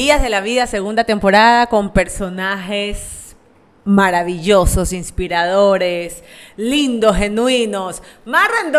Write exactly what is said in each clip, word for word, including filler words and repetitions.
Días de la Vida, segunda temporada, con personajes maravillosos, inspiradores, lindos, genuinos. ¡Mar Rendón!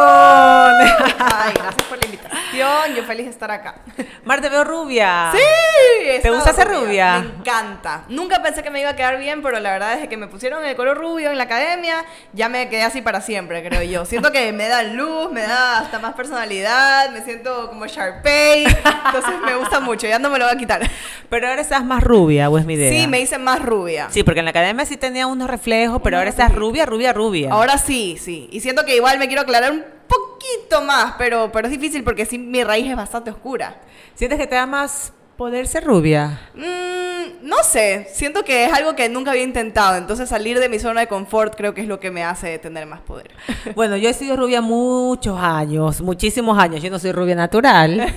Ay, gracias por la invitación. Yo feliz de estar acá. Mar, te veo rubia. Sí. ¿Te gusta ser rubia? Me encanta. Nunca pensé que me iba a quedar bien, pero la verdad es que me pusieron el color rubio en la academia, ya me quedé así para siempre, creo yo. Siento que me da luz, me da hasta más personalidad, me siento como Sharpay. Entonces me gusta mucho, ya no me lo voy a quitar. Pero ahora estás más rubia, ¿o es mi idea? Sí, me hice más rubia. Sí, porque en la academia sí tenía unos reflejos, pero ahora estás rubia, rubia, rubia. Ahora sí, sí. Y siento que igual me quiero aclarar un poquito más, pero, pero es difícil porque sí mi raíz es bastante oscura. ¿Sientes que te da más poder ser rubia? Mm, no sé, siento que es algo que nunca había intentado, entonces salir de mi zona de confort creo que es lo que me hace tener más poder. Bueno, yo he sido rubia muchos años, muchísimos años. Yo no soy rubia natural.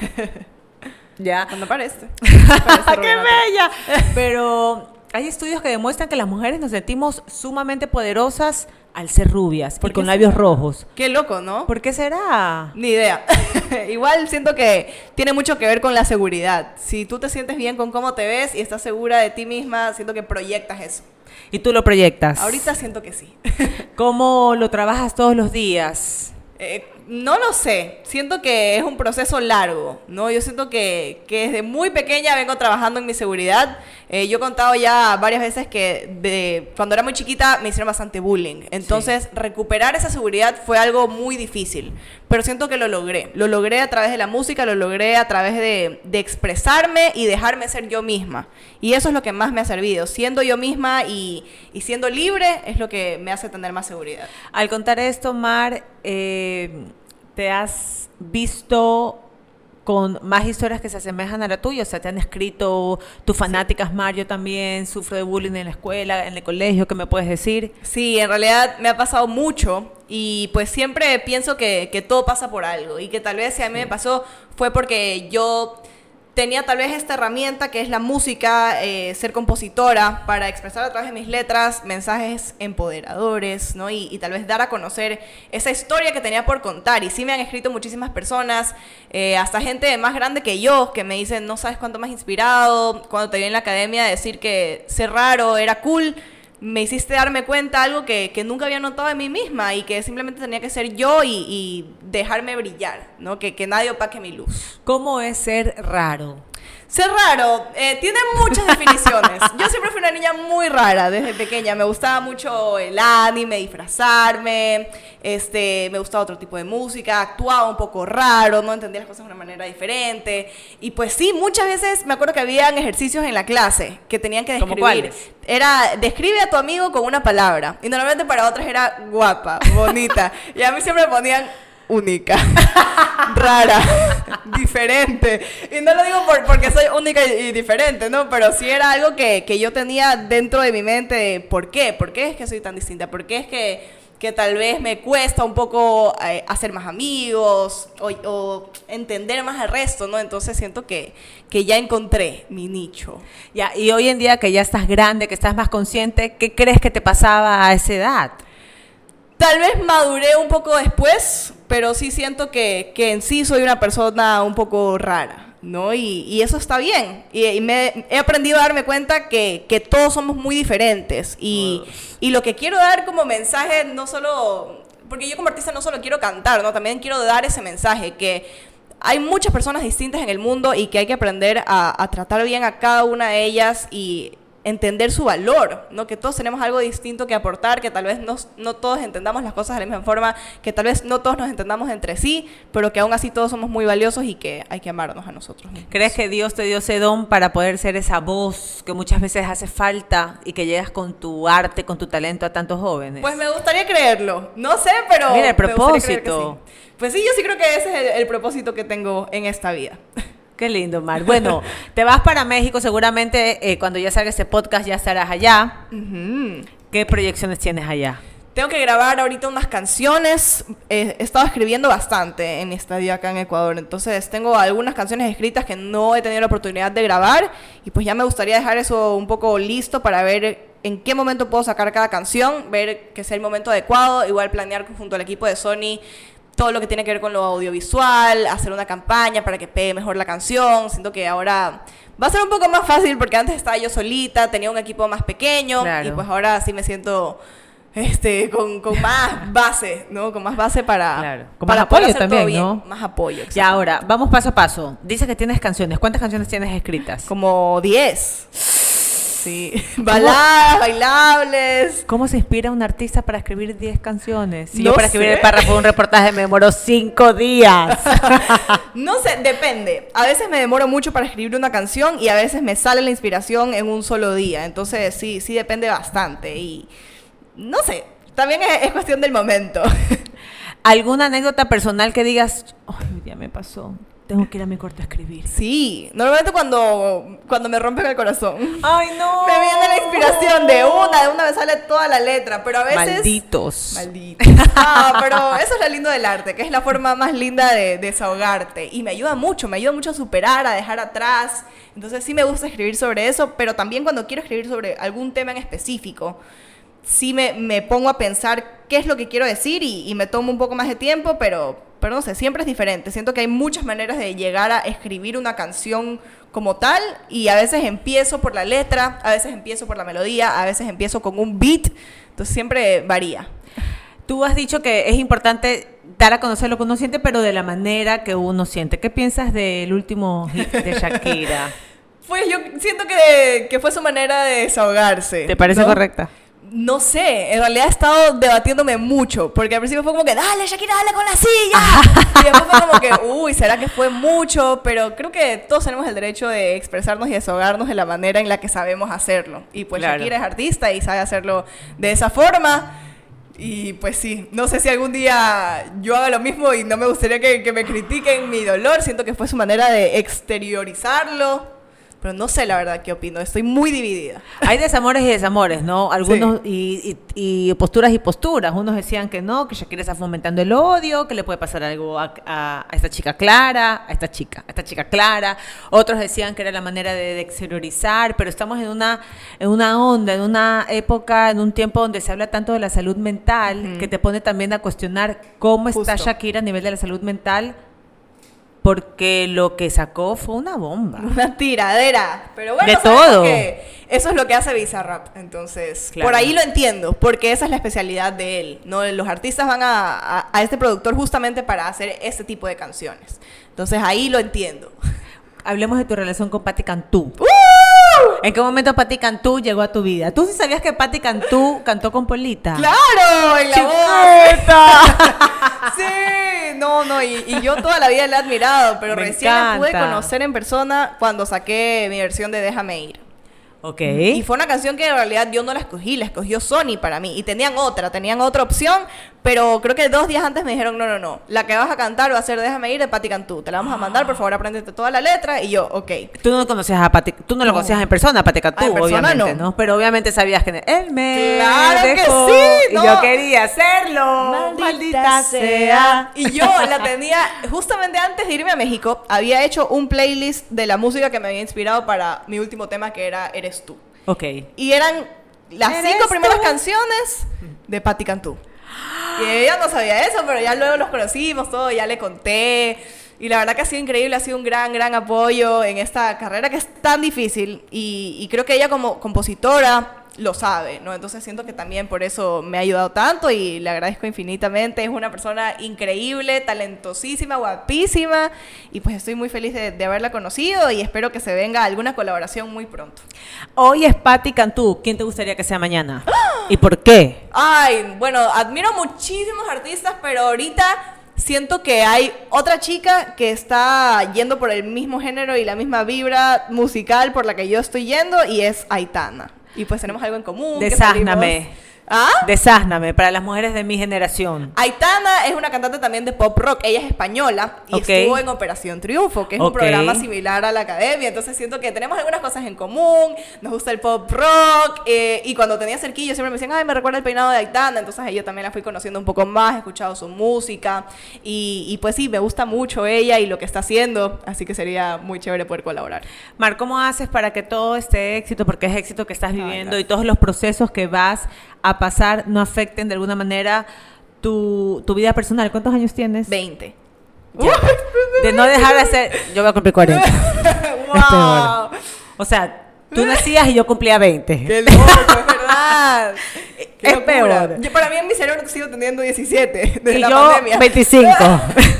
¿Ya? No parece. ¡Qué bella! Pero hay estudios que demuestran que las mujeres nos sentimos sumamente poderosas al ser rubias y con labios rojos. Qué loco, ¿no? ¿Por qué será? Ni idea. Igual siento que tiene mucho que ver con la seguridad. Si tú te sientes bien con cómo te ves y estás segura de ti misma, siento que proyectas eso. ¿Y tú lo proyectas? Ahorita siento que sí. ¿Cómo lo trabajas todos los días? Eh, no lo sé, siento que es un proceso largo, ¿no? Yo siento que, que desde muy pequeña vengo trabajando en mi seguridad. Eh, yo he contado ya varias veces que de, cuando era muy chiquita me hicieron bastante bullying. Entonces, sí, recuperar esa seguridad fue algo muy difícil, pero siento que lo logré. Lo logré a través de la música, lo logré a través de, de expresarme y dejarme ser yo misma. Y eso es lo que más me ha servido. Siendo yo misma y, y siendo libre es lo que me hace tener más seguridad. Al contar esto, Mar, eh, ¿te has visto con más historias que se asemejan a la tuya? O sea, ¿te han escrito tus fanáticas, Mar, yo también sufro de bullying en la escuela, en el colegio? ¿Qué me puedes decir? Sí, en realidad me ha pasado mucho y pues siempre pienso que, que todo pasa por algo y que tal vez si a mí me pasó fue porque yo tenía tal vez esta herramienta que es la música, eh, ser compositora, para expresar a través de mis letras mensajes empoderadores, ¿no? Y, y tal vez dar a conocer esa historia que tenía por contar. Y sí me han escrito muchísimas personas, eh, hasta gente más grande que yo, que me dicen, no sabes cuánto me has inspirado, cuando te vi en la academia decir que ser raro era cool. Me hiciste darme cuenta algo que, que nunca había notado de mí misma y que simplemente tenía que ser yo y, y dejarme brillar, ¿no? Que, que nadie opaque mi luz. ¿Cómo es ser raro? Ser raro, eh, tiene muchas definiciones. Yo siempre fui una niña muy rara desde pequeña. Me gustaba mucho el anime, disfrazarme, este, me gustaba otro tipo de música, actuaba un poco raro, no entendía las cosas de una manera diferente. Y pues sí, muchas veces me acuerdo que habían ejercicios en la clase que tenían que describir. ¿Cómo cuáles? Era, describe a tu amigo con una palabra. Y normalmente para otras era guapa, bonita. Y a mí siempre me ponían única, rara, diferente. Y no lo digo por, porque soy única y, y diferente, ¿no? Pero sí era algo que, que yo tenía dentro de mi mente de ¿por qué? ¿Por qué es que soy tan distinta? ¿Por qué es que, que tal vez me cuesta un poco eh, hacer más amigos o, o entender más al resto, ¿no? Entonces siento que, que ya encontré mi nicho. Ya, y hoy en día que ya estás grande, que estás más consciente, ¿qué crees que te pasaba a esa edad? Tal vez maduré un poco después, pero sí siento que, que en sí soy una persona un poco rara, ¿no? Y, y eso está bien. Y, y me, he aprendido a darme cuenta que, que todos somos muy diferentes. Y, y lo que quiero dar como mensaje, no solo... Porque yo como artista no solo quiero cantar, ¿no? También quiero dar ese mensaje que hay muchas personas distintas en el mundo y que hay que aprender a, a tratar bien a cada una de ellas y entender su valor, ¿no? Que todos tenemos algo distinto que aportar, que tal vez no, no todos entendamos las cosas de la misma forma, que tal vez no todos nos entendamos entre sí, pero que aún así todos somos muy valiosos y que hay que amarnos a nosotros mismos. ¿Crees que Dios te dio ese don para poder ser esa voz que muchas veces hace falta y que llegas con tu arte, con tu talento a tantos jóvenes? Pues me gustaría creerlo, no sé, pero... Mira, el propósito. Sí. Pues sí, yo sí creo que ese es el, el propósito que tengo en esta vida. Qué lindo, Mar. Bueno, te vas para México, seguramente eh, cuando ya salga este podcast ya estarás allá. Uh-huh. ¿Qué proyecciones tienes allá? Tengo que grabar ahorita unas canciones. Eh, he estado escribiendo bastante en mi estadía acá en Ecuador. Entonces tengo algunas canciones escritas que no he tenido la oportunidad de grabar. Y pues ya me gustaría dejar eso un poco listo para ver en qué momento puedo sacar cada canción, ver que sea el momento adecuado. Igual planear junto al equipo de Sony todo lo que tiene que ver con lo audiovisual, hacer una campaña para que pegue mejor la canción. Siento que ahora va a ser un poco más fácil porque antes estaba yo solita, tenía un equipo más pequeño, claro. Y pues ahora sí me siento este con, con más base, ¿no? Con más base para, claro. Con para más apoyo también, ¿no? Más apoyo. Y ahora, vamos paso a paso. Dices que tienes canciones. ¿Cuántas canciones tienes escritas? Como diez. Sí. Baladas, bailables. ¿Cómo se inspira un artista para escribir diez canciones? Si no yo para escribir sé. el párrafo de un reportaje me demoró cinco días. No sé, depende. A veces me demoro mucho para escribir una canción y a veces me sale la inspiración en un solo día. Entonces sí, sí depende bastante. Y no sé, también es, es cuestión del momento. ¿Alguna anécdota personal que digas, ay, ya me pasó? Tengo que ir a mi corte a escribir. Sí, normalmente cuando, cuando me rompen el corazón. ¡Ay, no! Me viene la inspiración de una, de una me sale toda la letra, pero a veces... Malditos. Malditos. Ah, pero eso es lo lindo del arte, que es la forma más linda de, de desahogarte. Y me ayuda mucho, me ayuda mucho a superar, a dejar atrás. Entonces sí me gusta escribir sobre eso, pero también cuando quiero escribir sobre algún tema en específico, sí me, me pongo a pensar qué es lo que quiero decir y, y me tomo un poco más de tiempo, pero... Pero no sé, siempre es diferente. Siento que hay muchas maneras de llegar a escribir una canción como tal y a veces empiezo por la letra, a veces empiezo por la melodía, a veces empiezo con un beat, entonces siempre varía. Tú has dicho que es importante dar a conocer lo que uno siente, pero de la manera que uno siente. ¿Qué piensas del último hit de Shakira? Pues yo siento que, que fue su manera de desahogarse. ¿Te parece, ¿no?, correcta? No sé, en realidad he estado debatiéndome mucho, porque al principio fue como que, dale Shakira, dale con la silla, y después fue como que, uy, ¿será que fue mucho? Pero creo que todos tenemos el derecho de expresarnos y desahogarnos de la manera en la que sabemos hacerlo, y pues claro. Shakira es artista y sabe hacerlo de esa forma, y pues sí, no sé si algún día yo haga lo mismo y no me gustaría que, que me critiquen mi dolor, siento que fue su manera de exteriorizarlo. Pero no sé la verdad qué opino, estoy muy dividida. Hay desamores y desamores, ¿no? Algunos, sí. y, y, y posturas y posturas. Unos decían que no, que Shakira está fomentando el odio, que le puede pasar algo a, a, a esta chica Clara, a esta chica, a esta chica Clara. Otros decían que era la manera de, de exteriorizar, pero estamos en una, en una onda, en una época, en un tiempo donde se habla tanto de la salud mental, uh-huh. que te pone también a cuestionar cómo Justo. está Shakira a nivel de la salud mental. Porque lo que sacó fue una bomba. Una tiradera. Pero bueno, de todo. Que eso es lo que hace Bizarrap. Entonces, claro. por ahí lo entiendo. Porque esa es la especialidad de él, ¿no? Los artistas van a, a, a este productor justamente para hacer este tipo de canciones. Entonces, ahí lo entiendo. Hablemos de tu relación con Patti Cantú. ¡Uh! ¿En qué momento Patti Cantú llegó a tu vida? ¿Tú sí sabías que Patti Cantú cantó con Polita? ¡Claro! ¡En la voz! Sí, no, no, y, y yo toda la vida la he admirado, pero Me recién encanta. la pude conocer en persona cuando saqué mi versión de Déjame Ir. Ok. Y fue una canción que en realidad yo no la escogí, la escogió Sony para mí. Y tenían otra, tenían otra opción, pero creo que dos días antes me dijeron, no, no, no, la que vas a cantar va a ser Déjame Ir de Patti Cantú. Te la vamos a mandar, por favor, apréndete toda la letra. Y yo, ok. Tú no conocías a Patti, tú no, no. lo conocías en persona, a Patti Cantú, ah, en persona obviamente, ¿no? ¿no? Pero obviamente sabías que él me claro dejó, que sí, ¿no? Y yo quería hacerlo. Maldita, Maldita sea. Y yo la tenía, justamente antes de irme a México, había hecho un playlist de la música que me había inspirado para mi último tema, que era Eres Tú. Ok. Y eran las cinco primeras canciones de Patti Cantú. Y ella no sabía eso, pero ya luego los conocimos, todo, ya le conté. Y la verdad que ha sido increíble, ha sido un gran, gran apoyo en esta carrera que es tan difícil. Y, y creo que ella como compositora lo sabe, ¿no? Entonces siento que también por eso me ha ayudado tanto y le agradezco infinitamente. Es una persona increíble, talentosísima, guapísima, y pues estoy muy feliz de, de haberla conocido y espero que se venga alguna colaboración muy pronto. Hoy es Patti Cantú. ¿Quién te gustaría que sea mañana? ¿Y por qué? Ay, bueno, admiro muchísimos artistas, pero ahorita siento que hay otra chica que está yendo por el mismo género y la misma vibra musical por la que yo estoy yendo, y es Aitana. Y pues tenemos algo en común. Desázname. ¿Ah? Desázname, para las mujeres de mi generación. Aitana es una cantante también de pop rock. Ella es española y okay. estuvo en Operación Triunfo, que es okay. un programa similar a la Academia. Entonces siento que tenemos algunas cosas en común. Nos gusta el pop rock. Eh, y cuando tenía cerquillo siempre me decían, ay, me recuerda el peinado de Aitana. Entonces yo también la fui conociendo un poco más, he escuchado su música. Y, y pues sí, me gusta mucho ella y lo que está haciendo. Así que sería muy chévere poder colaborar. Mar, ¿cómo haces para que todo este éxito, porque es éxito que estás viviendo, ay, y todos los procesos que vas a pasar no afecten de alguna manera tu, tu vida personal. ¿Cuántos años tienes? veinte. Ya. De no dejar de hacer... Yo voy a cumplir cuarenta. ¡Wow! Es peor. O sea, tú nacías y yo cumplía veinte. ¡Qué loco, es verdad! ¡Qué Es locura! peor. Yo, para mí en mi cerebro sigo teniendo diecisiete desde Y la yo pandemia. veinticinco.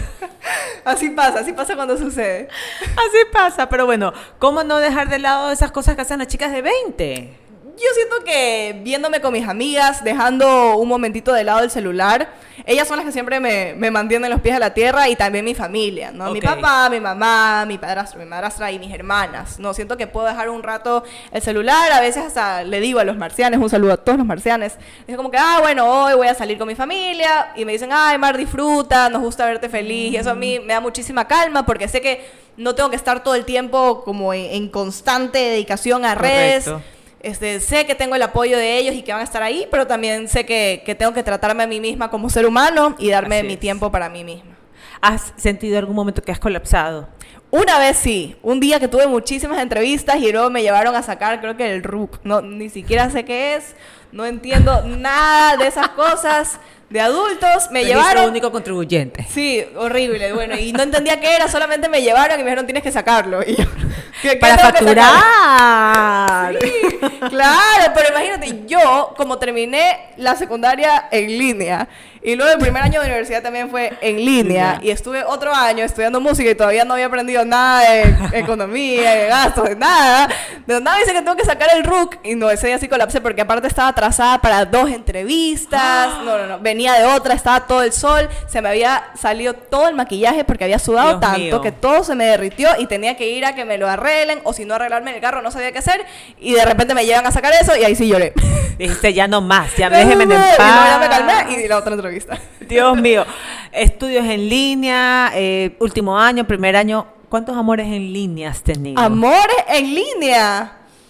Así pasa, así pasa cuando sucede. Así pasa, pero bueno, ¿cómo no dejar de lado esas cosas que hacen las chicas de veinte? Yo siento que viéndome con mis amigas, dejando un momentito de lado el celular, ellas son las que siempre me, me mantienen los pies a la tierra y también mi familia, ¿no? Mi Ok. papá, mi mamá, mi padrastro, mi madrastra y mis hermanas, ¿no? Siento que puedo dejar un rato el celular, a veces hasta le digo a los marcianes, un saludo a todos los marcianes, es como que, ah, bueno, hoy voy a salir con mi familia y me dicen, ay, Mar, disfruta, nos gusta verte feliz y eso a mí me da muchísima calma porque sé que no tengo que estar todo el tiempo como en, en constante dedicación a redes. Correcto. Este, sé que tengo el apoyo de ellos y que van a estar ahí, pero también sé que, que tengo que tratarme a mí misma como ser humano y darme Así mi es. tiempo para mí misma. ¿Has sentido algún momento que has colapsado? Una vez sí, un día que tuve muchísimas entrevistas y luego me llevaron a sacar, creo que el R U C, no, ni siquiera sé qué es, no entiendo nada de esas cosas de adultos, me Registro llevaron... único contribuyente. Sí, horrible, bueno, y no entendía qué era, solamente me llevaron y me dijeron tienes que sacarlo. Y yo, ¿qué- qué Para tengo que sacar? facturar. Sí, claro, pero imagínate, yo como terminé la secundaria en línea y luego el primer año de universidad también fue en línea Ya. y estuve otro año estudiando música y todavía no había aprendido nada de economía, de gastos, de nada. De nada me dice que tengo que sacar el R U C y no, ese día sí colapsé porque aparte estaba atrasada para dos entrevistas, no, no, no, venía de otra, estaba todo el sol, se me había salido todo el maquillaje porque había sudado Dios tanto mío. que todo se me derritió y tenía que ir a que me lo arreglen o si no arreglarme en el carro no sabía qué hacer y de repente me llevan a sacar eso y ahí sí lloré. Dijiste, ya no más, ya déjeme en Y luego paz. ya me calmé y la otra entrevista. Dios mío. Estudios en línea, eh, último año, primer año. ¿Cuántos amores en línea has tenido? Amores en línea.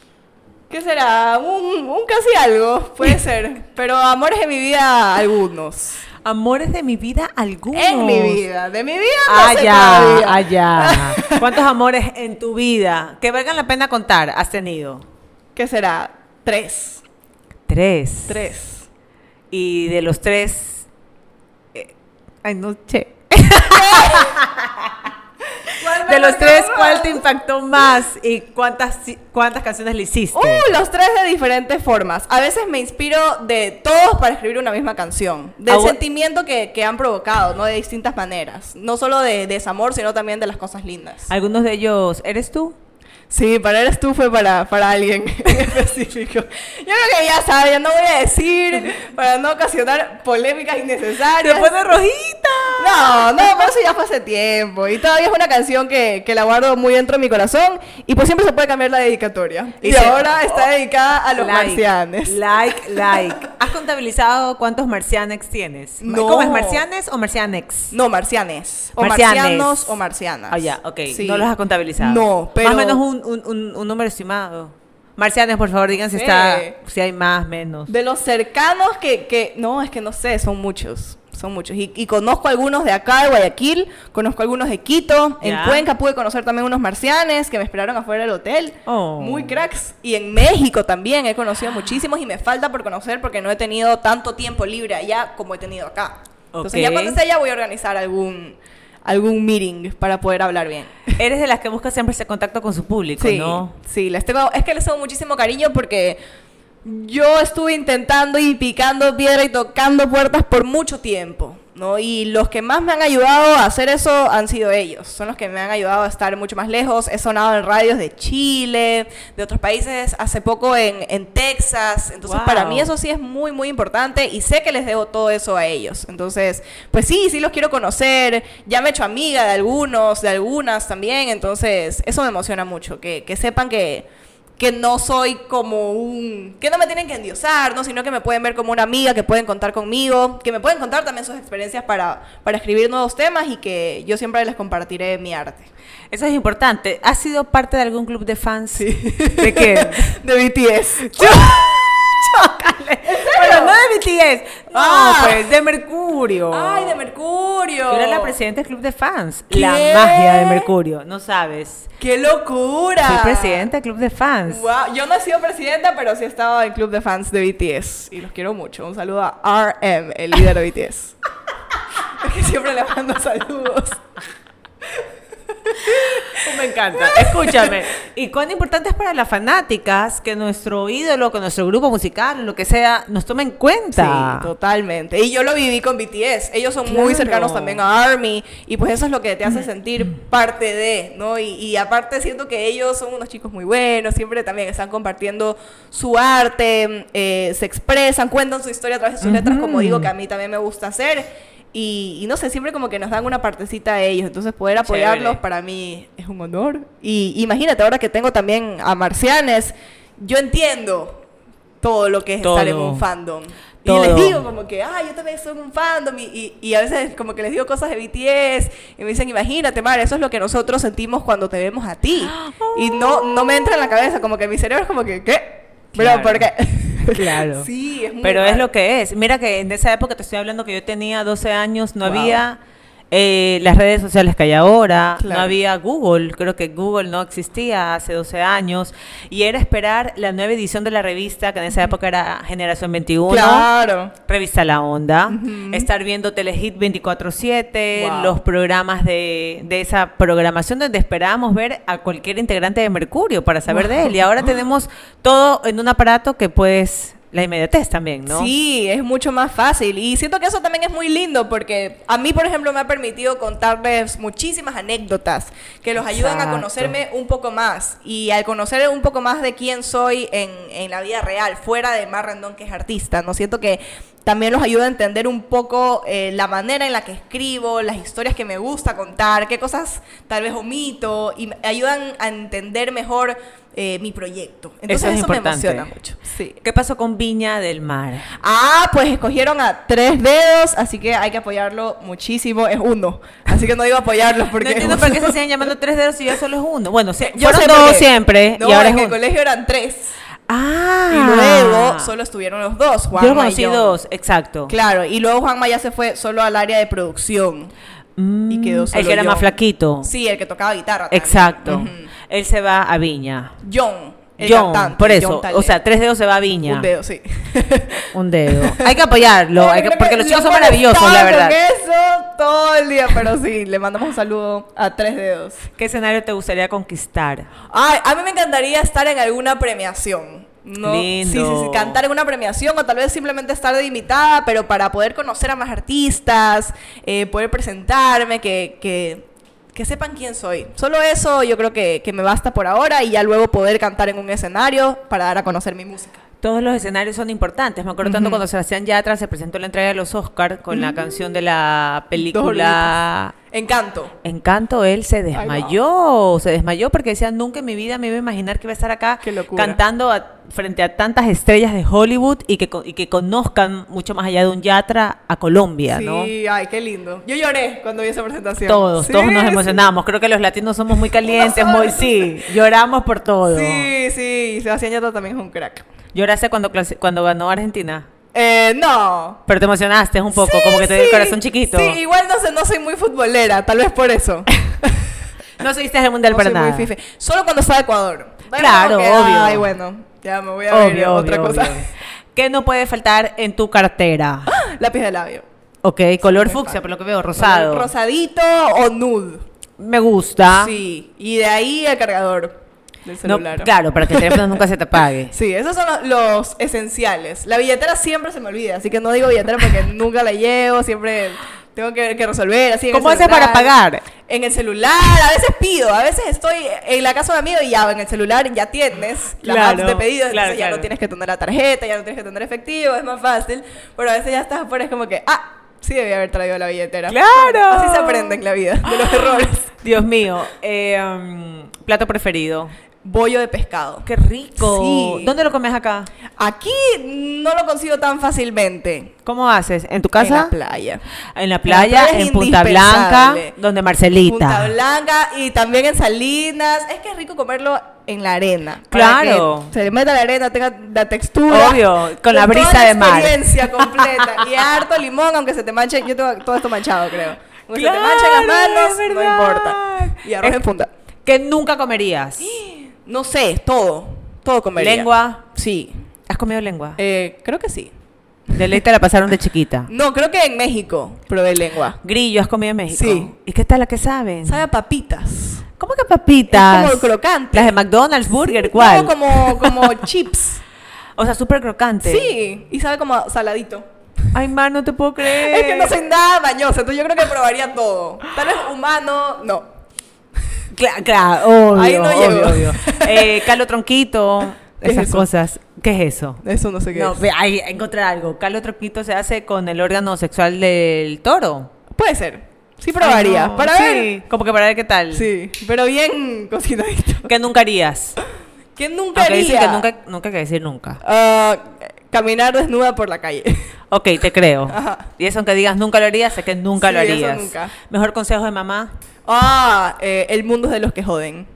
¿Qué será? Un, un casi algo, puede ser. Pero amores en mi vida, algunos. Amores de mi vida, algunos. En mi vida. De mi vida no Ah, sé ya, todavía. ah, ya. ¿Cuántos amores en tu vida que valgan la pena contar has tenido? ¿Qué será? Tres. Tres. Tres. Y de los tres... eh, ay, no, che. ¿Cuál me De los marcó tres, más? ¿cuál te impactó más? ¿Y cuántas, cuántas canciones le hiciste? Uh, los tres de diferentes formas. A veces me inspiro de todos para escribir una misma canción. Del Ah, bu- sentimiento que, que han provocado, ¿no? De distintas maneras. No solo de desamor, sino también de las cosas lindas. Algunos de ellos, ¿eres tú? Sí, para eres tú fue para, para alguien en específico. Yo creo que ya sabes, no voy a decir para no ocasionar polémicas innecesarias. ¡Te pone rojita! No, no, pero eso ya fue hace tiempo. Y todavía es una canción que, que la guardo muy dentro de mi corazón. Y pues siempre se puede cambiar la dedicatoria. Y, Y se- ahora está dedicada a los Like, marcianes. Like, like. ¿Has contabilizado cuántos marcianes tienes? No. ¿Cómo es marcianes o marcianex? No, marcianes. O Marcianes. marcianos o marcianas. Ah, ya, ok. Sí. No los has contabilizado. No, pero... Más o menos un, un, un, un número estimado. Marcianes, por favor, digan si Sí. está, si hay más, menos. De los cercanos que, que... No, es que no sé, son muchos. Son muchos. Y, y conozco algunos de acá, de Guayaquil. Conozco algunos de Quito. Ya. En Cuenca pude conocer también unos marcianes que me esperaron afuera del hotel. Oh. Muy cracks. Y en México también he conocido muchísimos y me falta por conocer porque no he tenido tanto tiempo libre allá como he tenido acá. Entonces Ok. ya cuando esté allá voy a organizar algún, algún meeting para poder hablar bien. Eres de las que busca siempre ese contacto con su público, Sí, ¿no? sí, les tengo, es que les tengo muchísimo cariño porque yo estuve intentando y picando piedra y tocando puertas por mucho tiempo, ¿no? Y los que más me han ayudado a hacer eso han sido ellos. Son los que me han ayudado a estar mucho más lejos. He sonado en radios de Chile, de otros países, hace poco en, en Texas. Entonces, Wow. para mí eso sí es muy, muy importante y sé que les debo todo eso a ellos. Entonces, pues sí, sí los quiero conocer. Ya me he hecho amiga de algunos, de algunas también. Entonces, eso me emociona mucho, que, que sepan que... que no soy como un... que no me tienen que endiosar, ¿no? Sino que me pueden ver como una amiga, que pueden contar conmigo, que me pueden contar también sus experiencias para, para escribir nuevos temas y que yo siempre les compartiré mi arte. Eso es importante. ¿Has sido parte de algún club de fans? ¿De qué? De B T S. Chócale. Pero no de B T S. No, Ah. pues de Mercurio. ¡Ay, de Mercurio! Yo era la presidenta del club de fans. ¿Qué? La magia de Mercurio, no sabes. ¡Qué locura! Soy presidenta del club de fans. Wow. Yo no he sido presidenta, pero sí he estado en el club de fans de B T S. Y los quiero mucho. Un saludo a R M, el líder de B T S. Es que siempre le mando saludos. Me encanta. Escúchame. ¿Y cuán importante es para las fanáticas que nuestro ídolo, que nuestro grupo musical, lo que sea, nos tome en cuenta? Sí, totalmente. Y yo lo viví con B T S. Ellos son Claro. muy cercanos también a ARMY. Y pues eso es lo que te hace sentir parte de, ¿no? Y, y aparte siento que ellos son unos chicos muy buenos. Siempre también están compartiendo su arte. eh, se expresan, cuentan su historia a través de sus letras, como digo, que a mí también me gusta hacer. Y, y no sé, siempre como que nos dan una partecita a ellos. Entonces poder apoyarlos Chévere. para mí es un honor. Y imagínate, ahora que tengo también a Marcianes, yo entiendo todo lo que es estar en Todo. un fandom. Todo. Y les digo como que, ah, yo también soy un fandom. Y, y, y a veces como que les digo cosas de B T S. Y me dicen, imagínate, Mar, eso es lo que nosotros sentimos cuando te vemos a ti. Y no, no me entra en la cabeza, como que mi cerebro es como que, ¿qué? Claro. Pero, ¿por qué? Claro. Sí, es muy Pero es raro. lo que es. Mira que en esa época te estoy hablando que yo tenía doce años, no Wow. había eh, las redes sociales que hay ahora, Claro. no había Google, creo que Google no existía hace doce años, y era esperar la nueva edición de la revista, que en esa época era Generación veintiuno. Claro. Revista La Onda, Ujú. estar viendo Telehit veinticuatro siete, Wow. los programas de, de esa programación donde esperábamos ver a cualquier integrante de Mercurio para saber de él. Y ahora tenemos todo en un aparato que pues la inmediatez también, ¿no? Sí, es mucho más fácil. Y siento que eso también es muy lindo porque a mí, por ejemplo, me ha permitido contarles muchísimas anécdotas que los ayudan a Exacto. conocerme un poco más. Y al conocer un poco más de quién soy en, en la vida real, fuera de Mar Rendón, que es artista, ¿no? Siento que también los ayuda a entender un poco eh, la manera en la que escribo, las historias que me gusta contar, qué cosas tal vez omito, y me ayudan a entender mejor eh, mi proyecto. Entonces Eso es eso, me importante. emociona mucho. Sí. ¿Qué pasó con Viña del Mar? Ah, pues escogieron a Tres Dedos, así que hay que apoyarlo muchísimo. Es uno, así que no digo apoyarlos porque No entiendo es por qué uno. se siguen llamando tres dedos y ya solo es uno. Bueno, sí, Yo fueron sé dos por qué. siempre No, y ahora es en el uno. colegio eran tres. Ah. Y luego solo estuvieron los dos, Yo Juanma lo conocí y yo. dos, exacto. Claro, y luego Juanma ya se fue solo al área de producción. Mm, Y quedó solo el que era yo. más flaquito. Sí, el que tocaba guitarra también. Exacto. Ujú. Él se va a Viña. John, el John, cantante, por eso. John Talent. O sea, tres dedos se va a Viña. Un dedo, sí. Un dedo. Hay que apoyarlo, hay que- Creo porque que los chicos lo son maravillosos, la molestaba verdad. con eso todo el día, pero sí, le mandamos un saludo a Tres Dedos. ¿Qué escenario te gustaría conquistar? Ay, a mí me encantaría estar en alguna premiación. ¿No? Lindo. Sí, sí, sí, cantar en una premiación o tal vez simplemente estar de invitada, pero para poder conocer a más artistas, eh, poder presentarme, que, que, que sepan quién soy. Solo eso yo creo que, que me basta por ahora y ya luego poder cantar en un escenario para dar a conocer mi música. Todos los escenarios son importantes. Me acuerdo tanto Ujú. cuando Sebastián Yatra se presentó en la entrega de los Oscars con la canción de la película Encanto. Encanto. Él se desmayó, se desmayó porque decía, nunca en mi vida me iba a imaginar que iba a estar acá Qué locura. cantando a- frente a tantas estrellas de Hollywood y que, co- y que conozcan mucho más allá de un Yatra a Colombia, Sí, ¿no? ay, qué lindo. Yo lloré cuando vi esa presentación. Todos, Sí, todos nos sí. emocionamos. Creo que los latinos somos muy calientes, No muy sabes. sí, lloramos por todo. Sí, sí, Sebastián Yatra también es un crack. Lloraste cuando, clase- cuando ganó Argentina. Eh, no. Pero te emocionaste un poco, Sí, como que te dio el sí. corazón chiquito. Sí, igual no sé, no soy muy futbolera, tal vez por eso. No seguiste el mundial No para soy nada. muy fifi. Solo cuando estaba Ecuador. Luego Claro, como que, obvio. Ay, bueno, ya me voy a ver Obvio, otra obvio, cosa. obvio. ¿Qué no puede faltar en tu cartera? Lápiz de labio. Ok, color muy fucsia, fan. por lo que veo, rosado. Rosadito o nude. Me gusta. Sí, y de ahí el cargador del No, celular. claro, para que el teléfono nunca se te apague. Sí, esos son los, los esenciales. La billetera siempre se me olvida, así que no digo billetera porque nunca la llevo, siempre tengo que, que resolver así en el ¿Cómo haces para celular. pagar? En el celular, a veces pido, a veces estoy en la casa de un amigo y ya en el celular ya tienes las Claro, apps de pedido, claro, entonces ya claro. no tienes que tener la tarjeta, ya no tienes que tener efectivo, es más fácil, pero a veces ya estás afuera, es como que, ah, sí debía haber traído la billetera. ¡Claro! Así se aprende en la vida, de los errores. Dios mío, eh, um, plato preferido. bollo de pescado. ¡Qué rico! Sí. ¿Dónde lo comes acá? Aquí no lo consigo tan fácilmente. ¿Cómo haces? ¿En tu casa? En la playa. En la playa, playa es en Punta Blanca, indispensable. donde Marcelita. Punta Blanca y también en Salinas. Es que es rico comerlo en la arena. Claro. Para que se le meta la arena, tenga la textura. Obvio, con la brisa toda la de mar. experiencia completa. Y harto limón, aunque se te manche. Yo tengo todo esto manchado, creo. Aunque Claro, se te manchen las manos, es no verdad. importa. Y arroz Es- en punta. Que nunca comerías. No sé, todo. Todo comería. ¿Lengua? Sí. ¿Has comido lengua? Eh, creo que sí. De ley te la pasaron de chiquita. No, creo que en México probé lengua. Grillo, ¿has comido en México? Sí. ¿Y qué tal la que saben? Sabe a papitas. ¿Cómo que papitas? Es como crocante. Las de McDonald's, Burger, ¿cuál? No, como, como chips. O sea, súper crocante. Sí, y sabe como saladito. Ay, man, no te puedo creer. Es que no soy nada mañosa, entonces yo creo que probaría todo. Tal vez humano, no. Claro, claro, obvio, Ahí no obvio, llego. obvio. Eh, calo tronquito, ¿Qué es esas eso? cosas. ¿Qué es eso? Eso no sé qué No, es. ve, ahí encontré algo. Calo tronquito se hace con el órgano sexual del toro. Puede ser. Sí probaría. Ay, no, Para sí, ver. como que para ver qué tal. Sí, pero bien cocinadito. ¿Qué nunca harías? ¿Qué nunca Aunque haría? dicen que nunca, nunca hay que decir nunca. Ah, caminar desnuda por la calle. Ok, te creo. Ajá. Y eso aunque digas nunca lo harías, sé que nunca Sí, lo eso harías. nunca. Mejor consejo de mamá. Ah, eh, el mundo es de los que joden.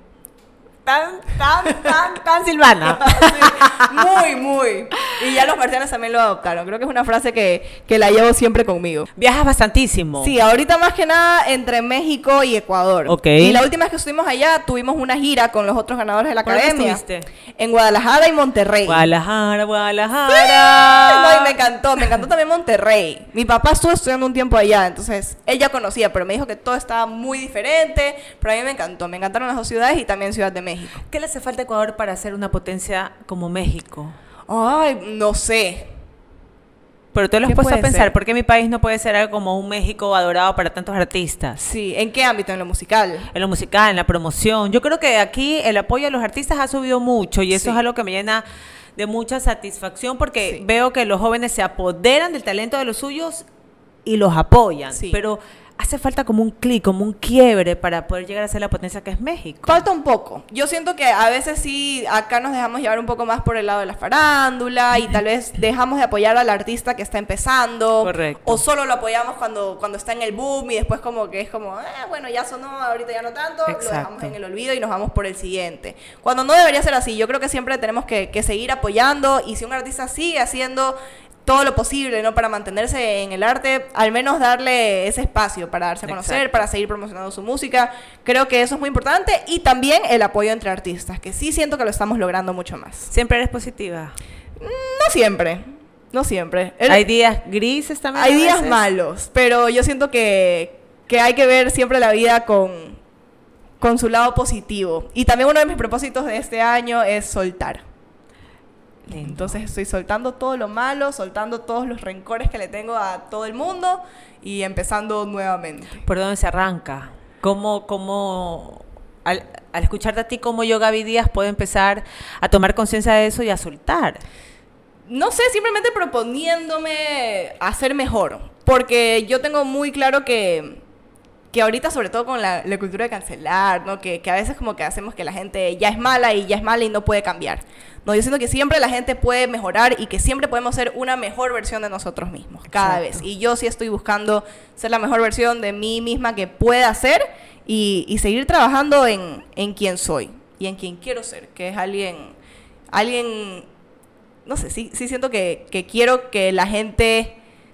Tan, tan, tan, tan Silvana. Sí, muy, muy. Y ya los marcianos también lo adoptaron. Creo que es una frase que, que la llevo siempre conmigo. Viajas bastantísimo. Sí, ahorita más que nada entre México y Ecuador. Ok. Y la última vez que estuvimos allá, tuvimos una gira con los otros ganadores de la ¿Por dónde academia. estuviste? En Guadalajara y Monterrey. Guadalajara, Ay, Guadalajara. no, y me encantó, me encantó también Monterrey. Mi papá estuvo estudiando un tiempo allá, entonces él ya conocía, pero me dijo que todo estaba muy diferente. Pero a mí me encantó, me encantaron las dos ciudades y también Ciudad de México. ¿Qué le hace falta a Ecuador para ser una potencia como México? Ay, no sé. Pero tú lo has ¿Qué puesto a puede pensar, ser? ¿por qué mi país no puede ser algo como un México adorado para tantos artistas? Sí, ¿en qué ámbito? En lo musical. En lo musical, en la promoción. Yo creo que aquí el apoyo a los artistas ha subido mucho y eso Sí. es algo que me llena de mucha satisfacción porque Sí. veo que los jóvenes se apoderan del talento de los suyos y los apoyan. Sí. Pero hace falta como un clic, como un quiebre para poder llegar a ser la potencia que es México. Falta un poco. Yo siento que a veces sí, acá nos dejamos llevar un poco más por el lado de la farándula y tal vez dejamos de apoyar al artista que está empezando. Correcto. O solo lo apoyamos cuando, cuando está en el boom y después como que es como, eh, bueno, ya sonó, ahorita ya no tanto, lo Exacto. dejamos en el olvido y nos vamos por el siguiente. Cuando no debería ser así, yo creo que siempre tenemos que, que seguir apoyando y si un artista sigue haciendo todo lo posible, ¿no? Para mantenerse en el arte, al menos darle ese espacio para darse a conocer, Exacto. para seguir promocionando su música. Creo que eso es muy importante y también el apoyo entre artistas, que sí siento que lo estamos logrando mucho más. Siempre eres positiva. No siempre, no siempre. El- Hay días grises también. hay a días veces. malos, pero yo siento que, que hay que ver siempre la vida con, con su lado positivo. Y también uno de mis propósitos de este año es soltar. Lindo. Entonces estoy soltando todo lo malo, soltando todos los rencores que le tengo a todo el mundo y empezando nuevamente. ¿Por dónde se arranca? ¿Cómo, cómo al, al escucharte a ti, cómo yo, Gaby Díaz, puedo empezar a tomar conciencia de eso y a soltar? No sé, simplemente proponiéndome hacer mejor, porque yo tengo muy claro que, que ahorita, sobre todo con la, la cultura de cancelar, ¿no? Que, que a veces como que hacemos que la gente ya es mala y ya es mala y no puede cambiar. No, yo siento que siempre la gente puede mejorar y que siempre podemos ser una mejor versión de nosotros mismos, cada Exacto. vez. Y yo sí estoy buscando ser la mejor versión de mí misma que pueda ser y, y seguir trabajando en, en quién soy y en quién quiero ser, que es alguien, alguien, no sé, sí, sí siento que, que quiero que la gente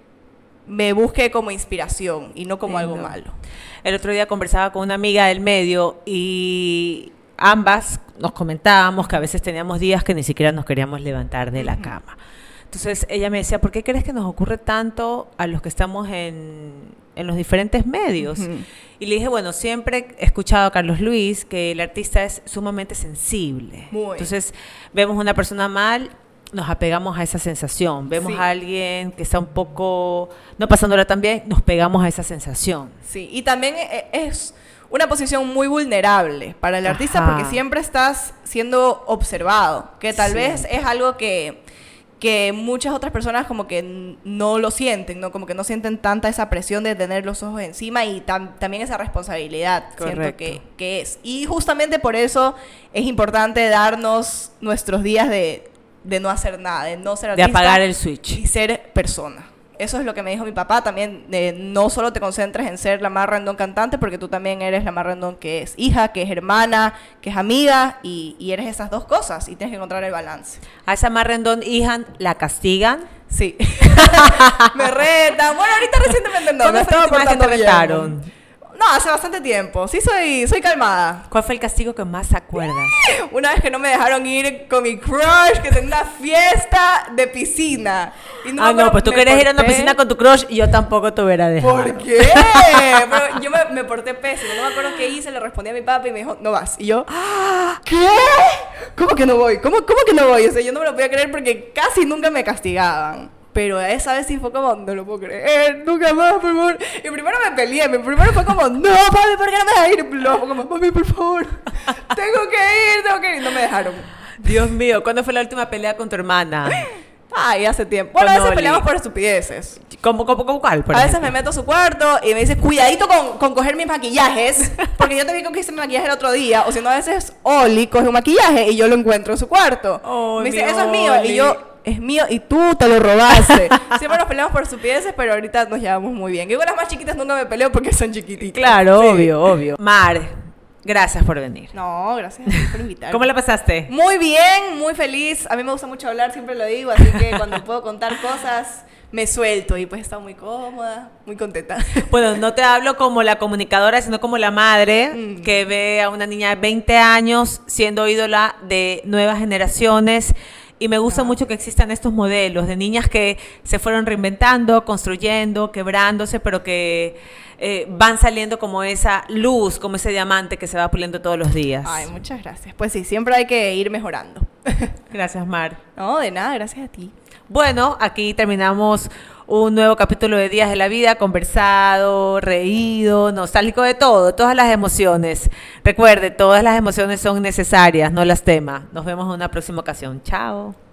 me busque como inspiración y no como algo Lindo. malo. El otro día conversaba con una amiga del medio y ambas nos comentábamos que a veces teníamos días que ni siquiera nos queríamos levantar de la Ujú. cama. Entonces ella me decía, ¿por qué crees que nos ocurre tanto a los que estamos en, en los diferentes medios? Ujú. Y le dije, bueno, siempre he escuchado a Carlos Luis que el artista es sumamente sensible. Muy. Entonces vemos una persona mal, nos apegamos a esa sensación. Vemos Sí. a alguien que está un poco no pasándola tan bien, nos pegamos a esa sensación. Sí, y también e- es una posición muy vulnerable para el artista Ajá. porque siempre estás siendo observado, que tal Sí. vez es algo que, que muchas otras personas como que n- no lo sienten, ¿no? Como que no sienten tanta esa presión de tener los ojos encima y tam- también esa responsabilidad, siento Correcto. que, que es. Y justamente por eso es importante darnos nuestros días de, de no hacer nada, de no ser De artista apagar el switch. y ser persona. Eso es lo que me dijo mi papá también, de no solo te concentres en ser la Mar Rendón cantante, porque tú también eres la Mar Rendón que es hija, que es hermana, que es amiga, y, y eres esas dos cosas, y tienes que encontrar el balance. A esa Mar Rendón, hija, la castigan. Sí. Me retan. Bueno, ahorita recientemente no, me ¿Cuándo fue la estaba última vez que portando te bien. retaron? No, hace bastante tiempo. Sí soy, soy calmada. ¿Cuál fue el castigo que más acuerdas? Una vez que no me dejaron ir con mi crush, que tenía una fiesta de piscina. Y Ah, me no, acuerdo, pues tú me querías ir a una porté- piscina con tu crush y yo tampoco te hubiera dejado. ¿Por qué? Pero yo me, me porté pésimo. No me acuerdo qué hice. Le respondí a mi papá y me dijo, no vas. Y yo, ¿qué? ¿Cómo que no voy? ¿Cómo, cómo que no voy? O sea, yo no me lo podía creer porque casi nunca me castigaban. Pero esa vez sí fue como, no lo puedo creer, nunca más, por favor. Y primero me peleé, mi primero fue como, no, papi, ¿por qué no me dejas ir? Y luego fue como, papi, por favor, tengo que ir, tengo que ir. Y no me dejaron. Dios mío, ¿cuándo fue la última pelea con tu hermana? Ay, hace tiempo. Bueno, a Con veces Oli. peleamos por estupideces. ¿Cómo, cómo, cómo cuál? Por A veces ejemplo? me meto a su cuarto y me dice, cuidadito con, con coger mis maquillajes, porque yo te vi que cogiste mi maquillaje el otro día, o si no, a veces Oli coge un maquillaje y yo lo encuentro en su cuarto. Oh, me dice, mi eso es mío, Oli. y yo, es mío y tú te lo robaste. Siempre nos peleamos por estupideces, pero ahorita nos llevamos muy bien. Yo con las más chiquitas nunca me peleo porque son chiquititas. Claro, Sí. obvio, obvio. Mar, gracias por venir. No, gracias a ti por invitarme. ¿Cómo la pasaste? Muy bien, muy feliz. A mí me gusta mucho hablar, siempre lo digo, así que cuando puedo contar cosas, me suelto y pues he estado muy cómoda, muy contenta. Bueno, no te hablo como la comunicadora, sino como la madre Mm. que ve a una niña de veinte años siendo ídola de nuevas generaciones. Y me gusta Ah. mucho que existan estos modelos de niñas que se fueron reinventando, construyendo, quebrándose, pero que eh, van saliendo como esa luz, como ese diamante que se va puliendo todos los días. Ay, muchas gracias. Pues sí, siempre hay que ir mejorando. Gracias, Mar. No, de nada, gracias a ti. Bueno, aquí terminamos un nuevo capítulo de Días de la Vida, conversado, reído, nostálgico de todo, todas las emociones. Recuerde, todas las emociones son necesarias, no las tema. Nos vemos en una próxima ocasión. Chao.